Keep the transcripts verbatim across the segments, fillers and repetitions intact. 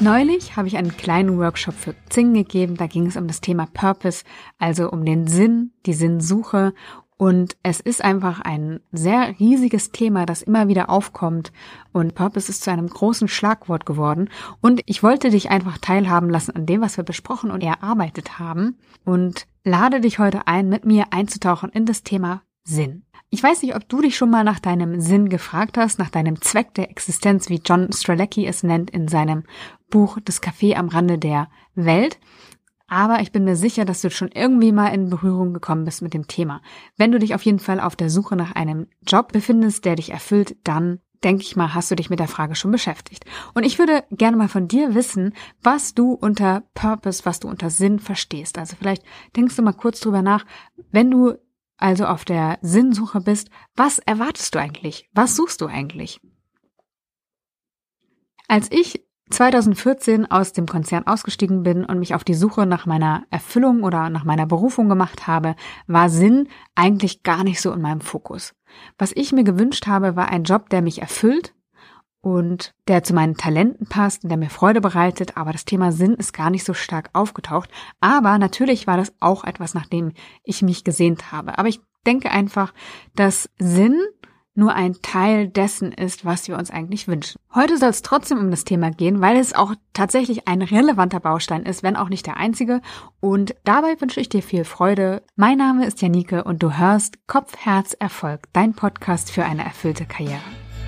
Neulich habe ich einen kleinen Workshop für Xing gegeben, da ging es um das Thema Purpose, also um den Sinn, die Sinnsuche, und es ist einfach ein sehr riesiges Thema, das immer wieder aufkommt, und Purpose ist zu einem großen Schlagwort geworden, und ich wollte dich einfach teilhaben lassen an dem, was wir besprochen und erarbeitet haben, und lade dich heute ein, mit mir einzutauchen in das Thema Sinn. Ich weiß nicht, ob du dich schon mal nach deinem Sinn gefragt hast, nach deinem Zweck der Existenz, wie John Strzelecki es nennt in seinem Buch Das Café am Rande der Welt. Aber ich bin mir sicher, dass du schon irgendwie mal in Berührung gekommen bist mit dem Thema. Wenn du dich auf jeden Fall auf der Suche nach einem Job befindest, der dich erfüllt, dann denke ich mal, hast du dich mit der Frage schon beschäftigt. Und ich würde gerne mal von dir wissen, was du unter Purpose, was du unter Sinn verstehst. Also vielleicht denkst du mal kurz drüber nach, wenn du also auf der Sinnsuche bist, was erwartest du eigentlich? Was suchst du eigentlich? Als ich zwanzig vierzehn aus dem Konzern ausgestiegen bin und mich auf die Suche nach meiner Erfüllung oder nach meiner Berufung gemacht habe, war Sinn eigentlich gar nicht so in meinem Fokus. Was ich mir gewünscht habe, war ein Job, der mich erfüllt und der zu meinen Talenten passt und der mir Freude bereitet, aber das Thema Sinn ist gar nicht so stark aufgetaucht. Aber natürlich war das auch etwas, nach dem ich mich gesehnt habe. Aber ich denke einfach, dass Sinn nur ein Teil dessen ist, was wir uns eigentlich wünschen. Heute soll es trotzdem um das Thema gehen, weil es auch tatsächlich ein relevanter Baustein ist, wenn auch nicht der einzige. Und dabei wünsche ich dir viel Freude. Mein Name ist Janike und du hörst Kopf, Herz, Erfolg, dein Podcast für eine erfüllte Karriere.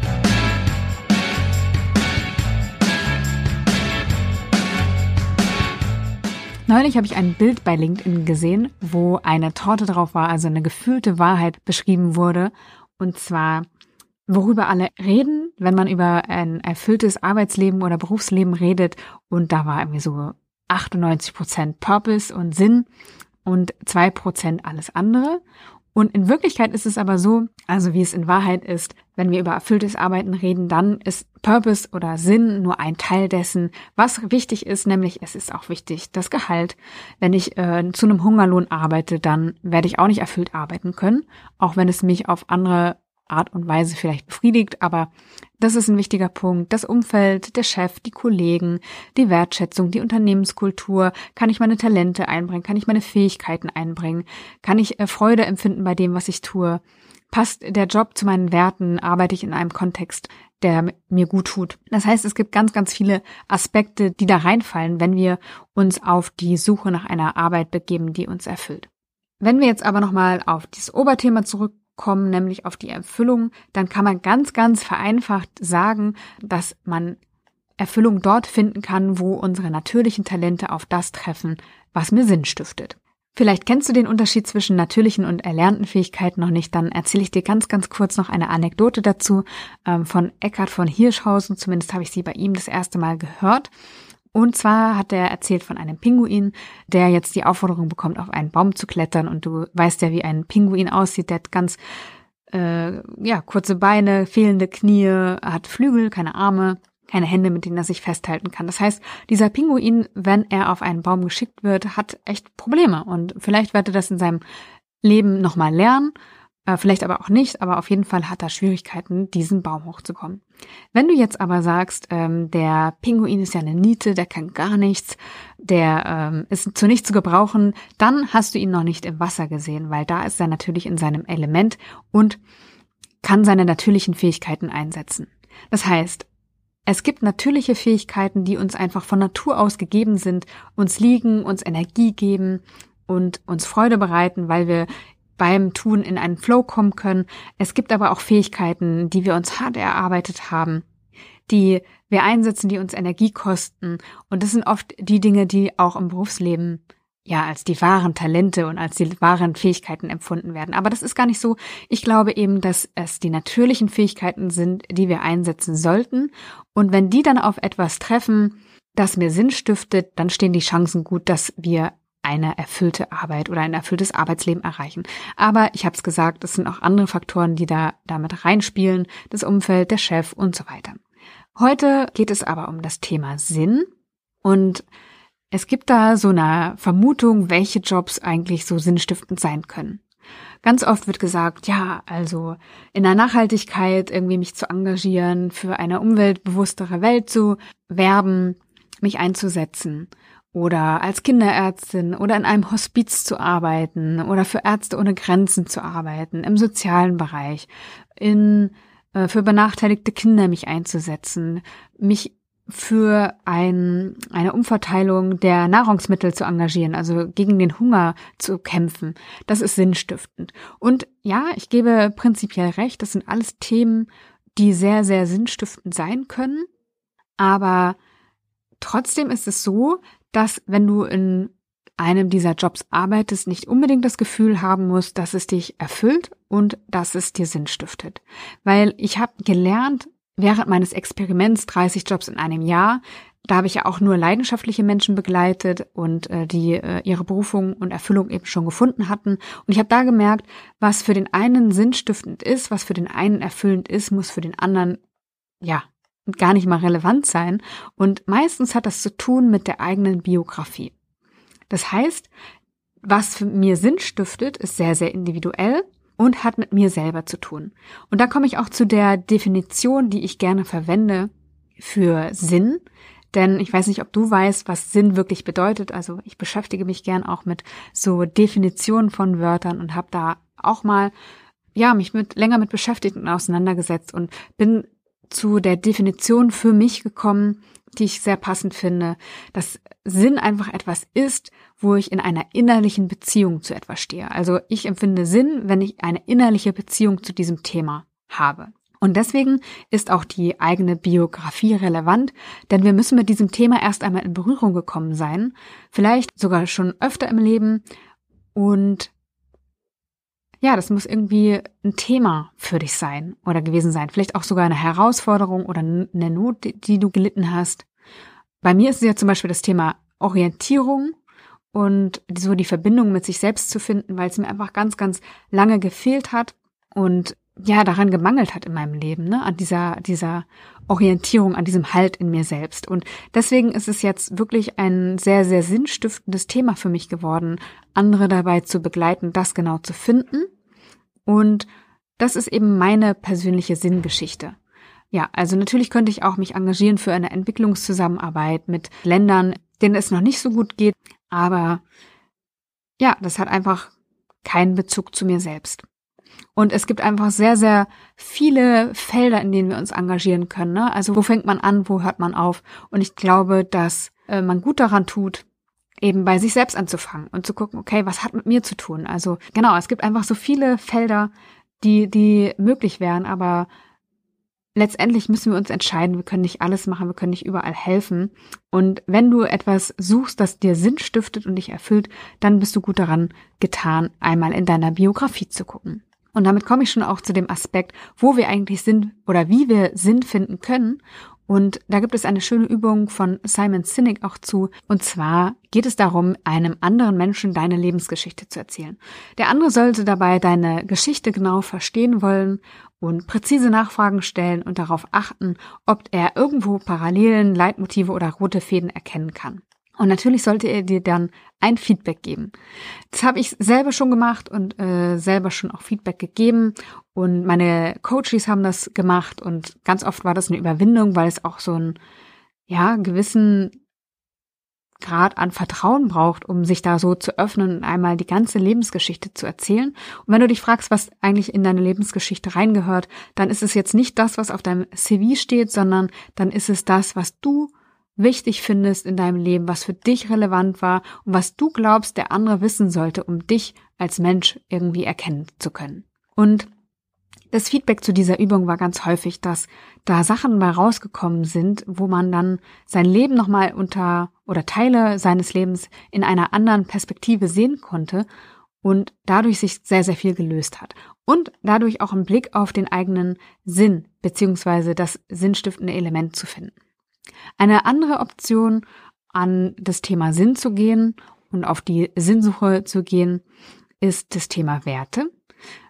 Neulich habe ich ein Bild bei LinkedIn gesehen, wo eine Torte drauf war, also eine gefühlte Wahrheit beschrieben wurde. Und zwar, worüber alle reden, wenn man über ein erfülltes Arbeitsleben oder Berufsleben redet. Und da war irgendwie so achtundneunzig Prozent Purpose und Sinn und zwei Prozent alles andere. Und in Wirklichkeit ist es aber so, also wie es in Wahrheit ist, wenn wir über erfülltes Arbeiten reden, dann ist Purpose oder Sinn nur ein Teil dessen, was wichtig ist, nämlich es ist auch wichtig, das Gehalt. Wenn ich äh, zu einem Hungerlohn arbeite, dann werde ich auch nicht erfüllt arbeiten können, auch wenn es mich auf andere Art und Weise vielleicht befriedigt, aber das ist ein wichtiger Punkt. Das Umfeld, der Chef, die Kollegen, die Wertschätzung, die Unternehmenskultur, kann ich meine Talente einbringen, kann ich meine Fähigkeiten einbringen, kann ich äh, Freude empfinden bei dem, was ich tue, passt der Job zu meinen Werten, arbeite ich in einem Kontext, der mir gut tut. Das heißt, es gibt ganz, ganz viele Aspekte, die da reinfallen, wenn wir uns auf die Suche nach einer Arbeit begeben, die uns erfüllt. Wenn wir jetzt aber nochmal auf dieses Oberthema zurück kommen, nämlich auf die Erfüllung, dann kann man ganz, ganz vereinfacht sagen, dass man Erfüllung dort finden kann, wo unsere natürlichen Talente auf das treffen, was mir Sinn stiftet. Vielleicht kennst du den Unterschied zwischen natürlichen und erlernten Fähigkeiten noch nicht, dann erzähle ich dir ganz, ganz kurz noch eine Anekdote dazu ähm, von Eckhard von Hirschhausen, zumindest habe ich sie bei ihm das erste Mal gehört. Und zwar hat er erzählt von einem Pinguin, der jetzt die Aufforderung bekommt, auf einen Baum zu klettern. Und du weißt ja, wie ein Pinguin aussieht. Der hat ganz äh, ja kurze Beine, fehlende Knie, hat Flügel, keine Arme, keine Hände, mit denen er sich festhalten kann. Das heißt, dieser Pinguin, wenn er auf einen Baum geschickt wird, hat echt Probleme. Und vielleicht wird er das in seinem Leben nochmal lernen. Vielleicht aber auch nicht, aber auf jeden Fall hat er Schwierigkeiten, diesen Baum hochzukommen. Wenn du jetzt aber sagst, ähm, der Pinguin ist ja eine Niete, der kann gar nichts, der ähm, ist zu nichts zu gebrauchen, dann hast du ihn noch nicht im Wasser gesehen, weil da ist er natürlich in seinem Element und kann seine natürlichen Fähigkeiten einsetzen. Das heißt, es gibt natürliche Fähigkeiten, die uns einfach von Natur aus gegeben sind, uns liegen, uns Energie geben und uns Freude bereiten, weil wir beim Tun in einen Flow kommen können. Es gibt aber auch Fähigkeiten, die wir uns hart erarbeitet haben, die wir einsetzen, die uns Energie kosten. Und das sind oft die Dinge, die auch im Berufsleben ja als die wahren Talente und als die wahren Fähigkeiten empfunden werden. Aber das ist gar nicht so. Ich glaube eben, dass es die natürlichen Fähigkeiten sind, die wir einsetzen sollten. Und wenn die dann auf etwas treffen, das mir Sinn stiftet, dann stehen die Chancen gut, dass wir eine erfüllte Arbeit oder ein erfülltes Arbeitsleben erreichen. Aber ich habe es gesagt, es sind auch andere Faktoren, die da damit reinspielen, das Umfeld, der Chef und so weiter. Heute geht es aber um das Thema Sinn und es gibt da so eine Vermutung, welche Jobs eigentlich so sinnstiftend sein können. Ganz oft wird gesagt, ja, also in der Nachhaltigkeit irgendwie mich zu engagieren, für eine umweltbewusstere Welt zu werben, mich einzusetzen oder als Kinderärztin oder in einem Hospiz zu arbeiten oder für Ärzte ohne Grenzen zu arbeiten, im sozialen Bereich, in äh, für benachteiligte Kinder mich einzusetzen, mich für ein, eine Umverteilung der Nahrungsmittel zu engagieren, also gegen den Hunger zu kämpfen. Das ist sinnstiftend. Und ja, ich gebe prinzipiell recht, das sind alles Themen, die sehr, sehr sinnstiftend sein können. Aber trotzdem ist es so, dass wenn du in einem dieser Jobs arbeitest, nicht unbedingt das Gefühl haben musst, dass es dich erfüllt und dass es dir Sinn stiftet. Weil ich habe gelernt, während meines Experiments dreißig Jobs in einem Jahr, da habe ich ja auch nur leidenschaftliche Menschen begleitet und äh, die äh, ihre Berufung und Erfüllung eben schon gefunden hatten. Und ich habe da gemerkt, was für den einen sinnstiftend ist, was für den einen erfüllend ist, muss für den anderen ja gar nicht mal relevant sein. Und meistens hat das zu tun mit der eigenen Biografie. Das heißt, was für mir Sinn stiftet, ist sehr, sehr individuell und hat mit mir selber zu tun. Und da komme ich auch zu der Definition, die ich gerne verwende für Sinn. Denn ich weiß nicht, ob du weißt, was Sinn wirklich bedeutet. Also ich beschäftige mich gern auch mit so Definitionen von Wörtern und habe da auch mal ja mich mit länger mit beschäftigt und auseinandergesetzt und bin zu der Definition für mich gekommen, die ich sehr passend finde, dass Sinn einfach etwas ist, wo ich in einer innerlichen Beziehung zu etwas stehe. Also ich empfinde Sinn, wenn ich eine innerliche Beziehung zu diesem Thema habe. Und deswegen ist auch die eigene Biografie relevant, denn wir müssen mit diesem Thema erst einmal in Berührung gekommen sein, vielleicht sogar schon öfter im Leben und ja, das muss irgendwie ein Thema für dich sein oder gewesen sein. Vielleicht auch sogar eine Herausforderung oder eine Not, die du gelitten hast. Bei mir ist es ja zum Beispiel das Thema Orientierung und so die Verbindung mit sich selbst zu finden, weil es mir einfach ganz, ganz lange gefehlt hat und ja, daran gemangelt hat in meinem Leben, ne, an dieser, dieser Orientierung, an diesem Halt in mir selbst. Und deswegen ist es jetzt wirklich ein sehr, sehr sinnstiftendes Thema für mich geworden, andere dabei zu begleiten, das genau zu finden. Und das ist eben meine persönliche Sinngeschichte. Ja, also natürlich könnte ich auch mich engagieren für eine Entwicklungszusammenarbeit mit Ländern, denen es noch nicht so gut geht. Aber ja, das hat einfach keinen Bezug zu mir selbst. Und es gibt einfach sehr, sehr viele Felder, in denen wir uns engagieren können, ne? Also wo fängt man an, wo hört man auf? Und ich glaube, dass äh, man gut daran tut, eben bei sich selbst anzufangen und zu gucken, okay, was hat mit mir zu tun? Also genau, es gibt einfach so viele Felder, die, die möglich wären, aber letztendlich müssen wir uns entscheiden, wir können nicht alles machen, wir können nicht überall helfen. Und wenn du etwas suchst, das dir Sinn stiftet und dich erfüllt, dann bist du gut daran getan, einmal in deiner Biografie zu gucken. Und damit komme ich schon auch zu dem Aspekt, wo wir eigentlich Sinn oder wie wir Sinn finden können. Und da gibt es eine schöne Übung von Simon Sinek auch zu. Und zwar geht es darum, einem anderen Menschen deine Lebensgeschichte zu erzählen. Der andere sollte dabei deine Geschichte genau verstehen wollen und präzise Nachfragen stellen und darauf achten, ob er irgendwo Parallelen, Leitmotive oder rote Fäden erkennen kann. Und natürlich sollte er dir dann ein Feedback geben. Das habe ich selber schon gemacht und äh, selber schon auch Feedback gegeben. Und meine Coaches haben das gemacht und ganz oft war das eine Überwindung, weil es auch so einen ja, gewissen Grad an Vertrauen braucht, um sich da so zu öffnen und einmal die ganze Lebensgeschichte zu erzählen. Und wenn du dich fragst, was eigentlich in deine Lebensgeschichte reingehört, dann ist es jetzt nicht das, was auf deinem C V steht, sondern dann ist es das, was du wichtig findest in deinem Leben, was für dich relevant war und was du glaubst, der andere wissen sollte, um dich als Mensch irgendwie erkennen zu können. Und das Feedback zu dieser Übung war ganz häufig, dass da Sachen mal rausgekommen sind, wo man dann sein Leben nochmal unter oder Teile seines Lebens in einer anderen Perspektive sehen konnte und dadurch sich sehr, sehr viel gelöst hat. Und dadurch auch einen Blick auf den eigenen Sinn beziehungsweise das sinnstiftende Element zu finden. Eine andere Option, an das Thema Sinn zu gehen und auf die Sinnsuche zu gehen, ist das Thema Werte.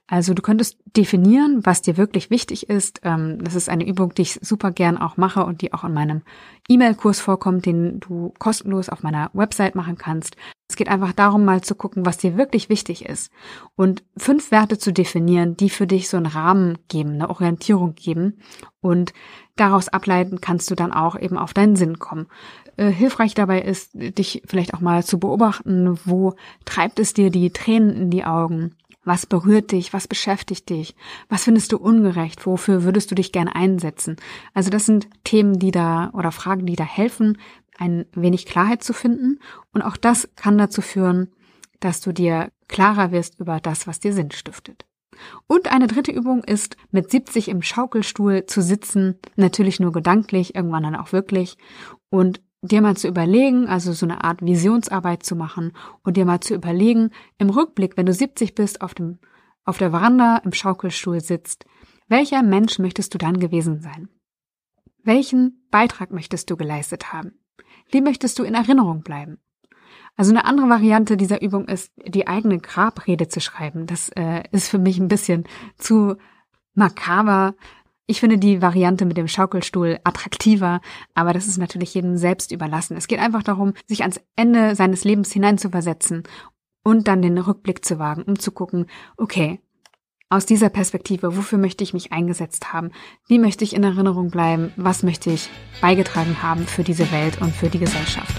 Also du könntest definieren, was dir wirklich wichtig ist. Das ist eine Übung, die ich super gern auch mache und die auch in meinem E-Mail-Kurs vorkommt, den du kostenlos auf meiner Website machen kannst. Es geht einfach darum, mal zu gucken, was dir wirklich wichtig ist und fünf Werte zu definieren, die für dich so einen Rahmen geben, eine Orientierung geben, und daraus ableiten kannst du dann auch eben auf deinen Sinn kommen. Äh, hilfreich dabei ist, dich vielleicht auch mal zu beobachten, wo treibt es dir die Tränen in die Augen? Was berührt dich? Was beschäftigt dich? Was findest du ungerecht? Wofür würdest du dich gern einsetzen? Also das sind Themen, die da oder Fragen, die da helfen, ein wenig Klarheit zu finden. Und auch das kann dazu führen, dass du dir klarer wirst über das, was dir Sinn stiftet. Und eine dritte Übung ist, mit siebzig im Schaukelstuhl zu sitzen, natürlich nur gedanklich, irgendwann dann auch wirklich, und dir mal zu überlegen, also so eine Art Visionsarbeit zu machen und dir mal zu überlegen, im Rückblick, wenn du siebzig bist, auf dem, auf der Veranda im Schaukelstuhl sitzt, welcher Mensch möchtest du dann gewesen sein? Welchen Beitrag möchtest du geleistet haben? Wie möchtest du in Erinnerung bleiben? Also eine andere Variante dieser Übung ist, die eigene Grabrede zu schreiben. Das äh, ist für mich ein bisschen zu makaber. Ich finde die Variante mit dem Schaukelstuhl attraktiver, aber das ist natürlich jedem selbst überlassen. Es geht einfach darum, sich ans Ende seines Lebens hineinzuversetzen und dann den Rückblick zu wagen, um zu gucken, okay, aus dieser Perspektive, wofür möchte ich mich eingesetzt haben? Wie möchte ich in Erinnerung bleiben? Was möchte ich beigetragen haben für diese Welt und für die Gesellschaft?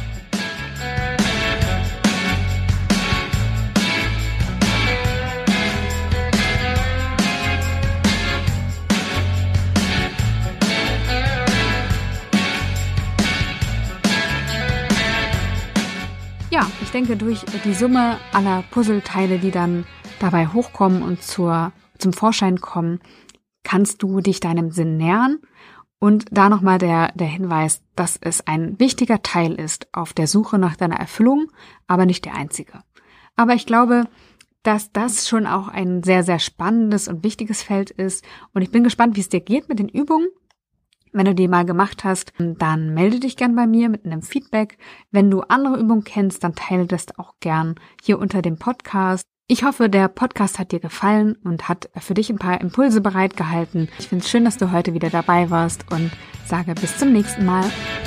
Ja, ich denke, durch die Summe aller Puzzleteile, die dann dabei hochkommen und zur, zum Vorschein kommen, kannst du dich deinem Sinn nähern. Und da nochmal der, der Hinweis, dass es ein wichtiger Teil ist auf der Suche nach deiner Erfüllung, aber nicht der einzige. Aber ich glaube, dass das schon auch ein sehr, sehr spannendes und wichtiges Feld ist. Und ich bin gespannt, wie es dir geht mit den Übungen. Wenn du die mal gemacht hast, dann melde dich gern bei mir mit einem Feedback. Wenn du andere Übungen kennst, dann teile das auch gern hier unter dem Podcast. Ich hoffe, der Podcast hat dir gefallen und hat für dich ein paar Impulse bereitgehalten. Ich finde es schön, dass du heute wieder dabei warst und sage bis zum nächsten Mal.